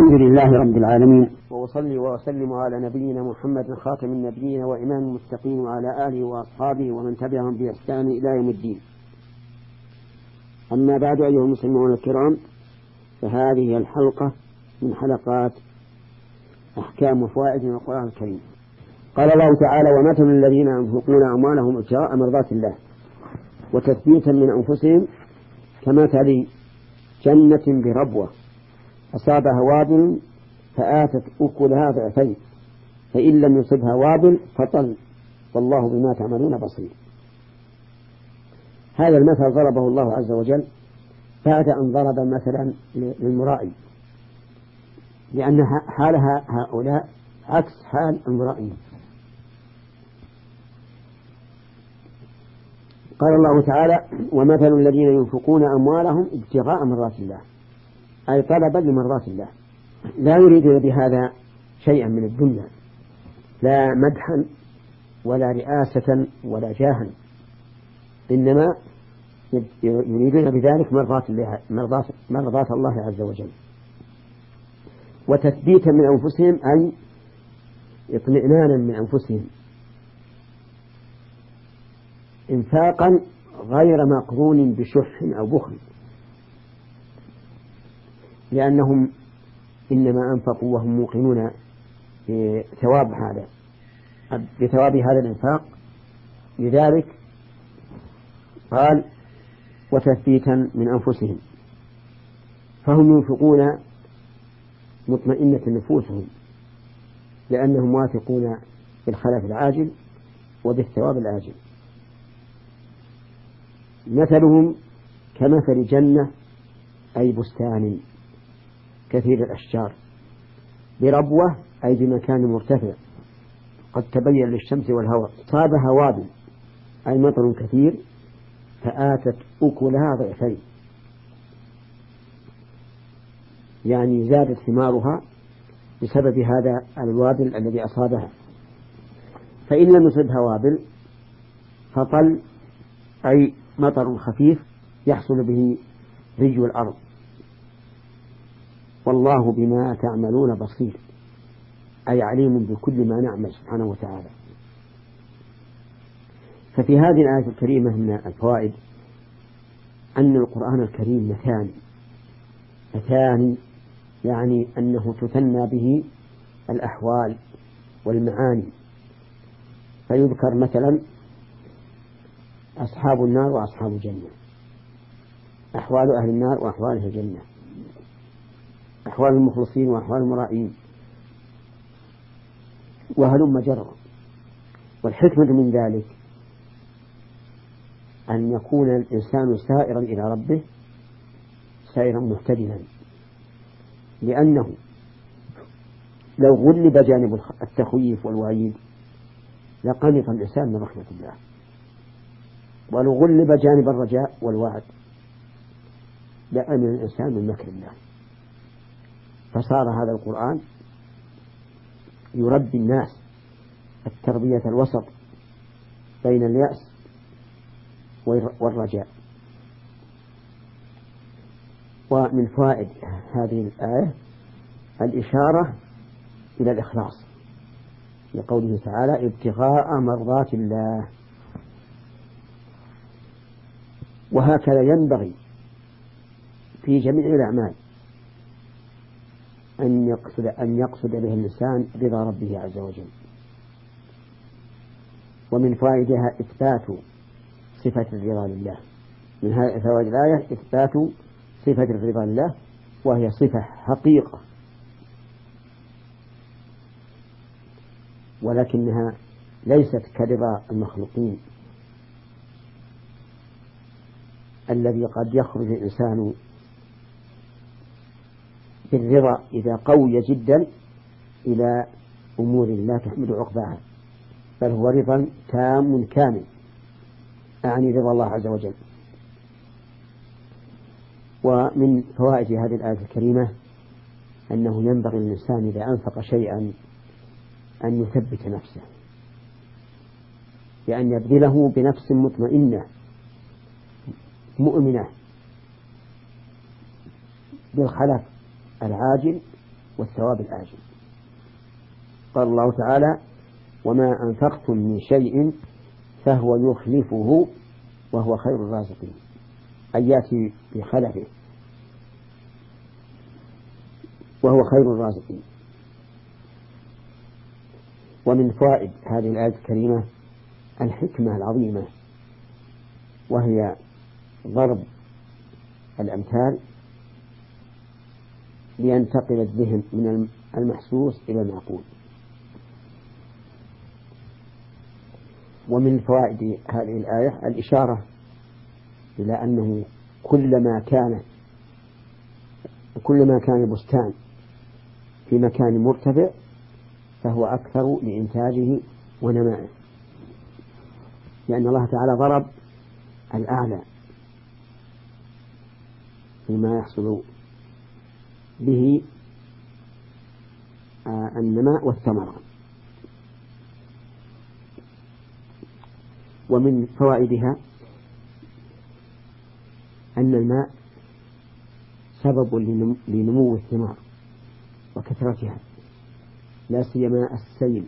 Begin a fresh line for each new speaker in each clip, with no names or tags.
الحمد لله رب العالمين، وأصلي وأسلم على نبينا محمد خاتم النبيين وإمام المتقين وعلى آله وأصحابه ومن تبعهم بإحسان إلى يوم الدين. أما بعد، أيها المسلمون الكرام، فهذه الحلقة من حلقات أحكام وفوائد من القرآن الكريم. قال الله تعالى: ومثل الذين ينفقون أموالهم ابتغاء مرضات الله وتثبيتا من أنفسهم كمثل جنة بربوة أصابها وابل فآتت أكلها ضعفين فإن لم يصبها وابل فطل والله بما تعملون بصير. هذا المثل ضربه الله عز وجل بعد أن ضرب مثلا للمرائي، لأن حال هؤلاء عكس حال المرائين. قال الله تعالى: ومثل الذين ينفقون أموالهم ابتغاء مرضات الله، أي طلبا لمرضات الله، لا يريدون بهذا شيئا من الدنيا، لا مدحا ولا رئاسة ولا جاها، إنما يريدون بذلك مرضات الله عز وجل. وتثبيتا من أنفسهم، أي اطمئنانا من أنفسهم، إنفاقا غير مقرون بشح أو بخل، لأنهم إنما أنفقوا وهم موقنون بثواب هذا الإنفاق. لذلك قال: وتثبيتا من أنفسهم، فهم ينفقون مطمئنة نفوسهم لأنهم واثقون بالخلف العاجل وبالثواب الآجل. مثلهم كمثل جنة، أي بستان كثير الأشجار، بربوة أي بمكان مرتفع قد تبين للشمس والهواء، صابها وابل أي مطر كثير فآتت أكلها ضعفين، يعني زادت ثمارها بسبب هذا الوابل الذي أصابها. فإن لم يصبها وابل فطل أي مطر خفيف يحصل به رجو الأرض، والله بما تعملون بصير، أي عليم بكل ما نعمل سبحانه وتعالى. ففي هذه الآية الكريمة من الفوائد أن القرآن الكريم مثاني، يعني أنه تثنى به الأحوال والمعاني، فيذكر مثلا أصحاب النار وأصحاب الجنة، أحوال أهل النار وأحوال أهل الجنة، أحوال المخلصين وأحوال المرائين، وهلم جرا. والحكمة من ذلك أن يكون الإنسان سائرا إلى ربه سائرا مهتدلا، لأنه لو غلب جانب التخويف والوعيد لقنط الإنسان من رحمة الله، ولو غلب جانب الرجاء والوعد لأمن الإنسان من مكر الله. فصار هذا القرآن يربي الناس التربية الوسط بين اليأس والرجاء. ومن فوائد هذه الآية الإشارة إلى الإخلاص، لقوله تعالى: ابتغاء مرضات الله. وهكذا ينبغي في جميع الأعمال أن يقصد به الإنسان رضا ربه عز وجل. ومن فوائدها إثبات صفة الرضا لله، من هذه فوائد الآية إثبات صفة الرضا لله، وهي صفة حقيقة، ولكنها ليست كرضا المخلوقين الذي قد يخرج الإنسان بالرضا إذا قوي جدا إلى أمور لا تحمل عقباها، بل هو رضا تام كامل، أعني رضا الله عز وجل. ومن فوائد هذه الآية الكريمة أنه ينبغي للإنسان إذا أنفق شيئا أن يثبت نفسه، بأن يبذله بنفس مطمئنة مؤمنة بالخلف العاجل والثواب الآجل. قال الله تعالى: وما أنفقتم من شيء فهو يخلفه وهو خير الرازقين، أي يأتي بخلفه وهو خير الرازقين. ومن فوائد هذه الآية الكريمة الحكمة العظيمة، وهي ضرب الأمثال لينتقل الذهن من المحسوس إلى المعقول. ومن فوائد هذه الآية الإشارة إلى أنه كلما كان بستان في مكان مرتفع فهو أكثر لإنتاجه ونمائه، لأن الله تعالى ضرب الأعلى فيما يحصل به النماء والثمرة. ومن فوائدها أن الماء سبب لنمو الثمار وكثرتها، لا سيما السيل،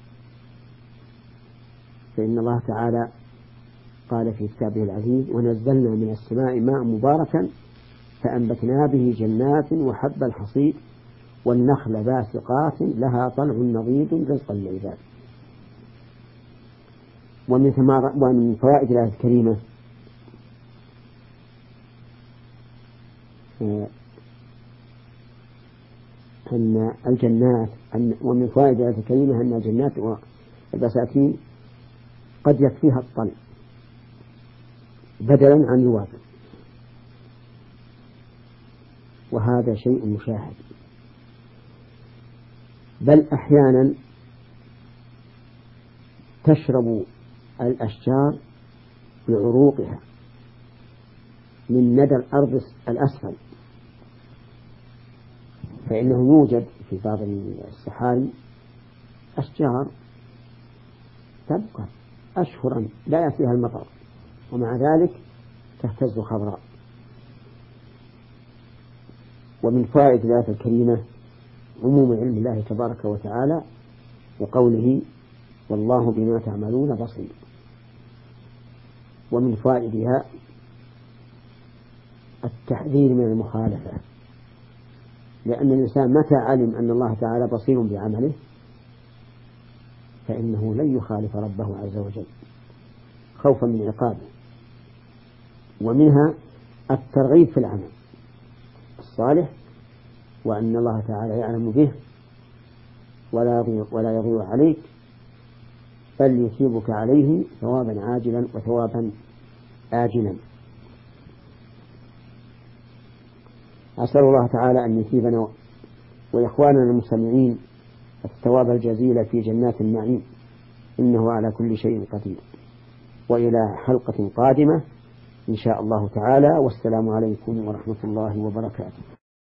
فإن الله تعالى قال في كتابه العزيز: ونزلنا من السماء ماء مباركا فأنبتنا به جنات وحب الحصيد والنخل باسقات لها طلع نضيد رزقا للعباد. ومن فوائد الآية الكريمة أن الجنات ومن فوائد الآية الكريمة أن الجنات والبساتين قد يكفيها الطلع بدلا عن الوابل، وهذا شيء مشاهد، بل أحيانا تشرب الأشجار بعروقها من ندى الأرض الأسفل، فإنه يوجد في بعض الصحاري أشجار تبقى أشهرا لا يأتيها المطر ومع ذلك تهتز خضراء. ومن فوائد الآية الكريمة عموم علم الله تبارك وتعالى وقوله: والله بما تعملون بصير. ومن فوائدها التحذير من المخالفة، لأن الإنسان متى علم أن الله تعالى بصير بعمله فإنه لن يخالف ربه عز وجل خوفا من عقابه. ومنها الترغيب في العمل الصالح، وأن الله تعالى يعلم به ولا يضيع عليك، بل يثيبك عليه ثوابا عاجلا وثوابا آجلا. أسأل الله تعالى أن يثيبنا وإخواننا المستمعين الثواب الجزيل في جنات النعيم، إنه على كل شيء قدير. وإلى حلقة قادمة إن شاء الله تعالى، والسلام عليكم ورحمة الله وبركاته.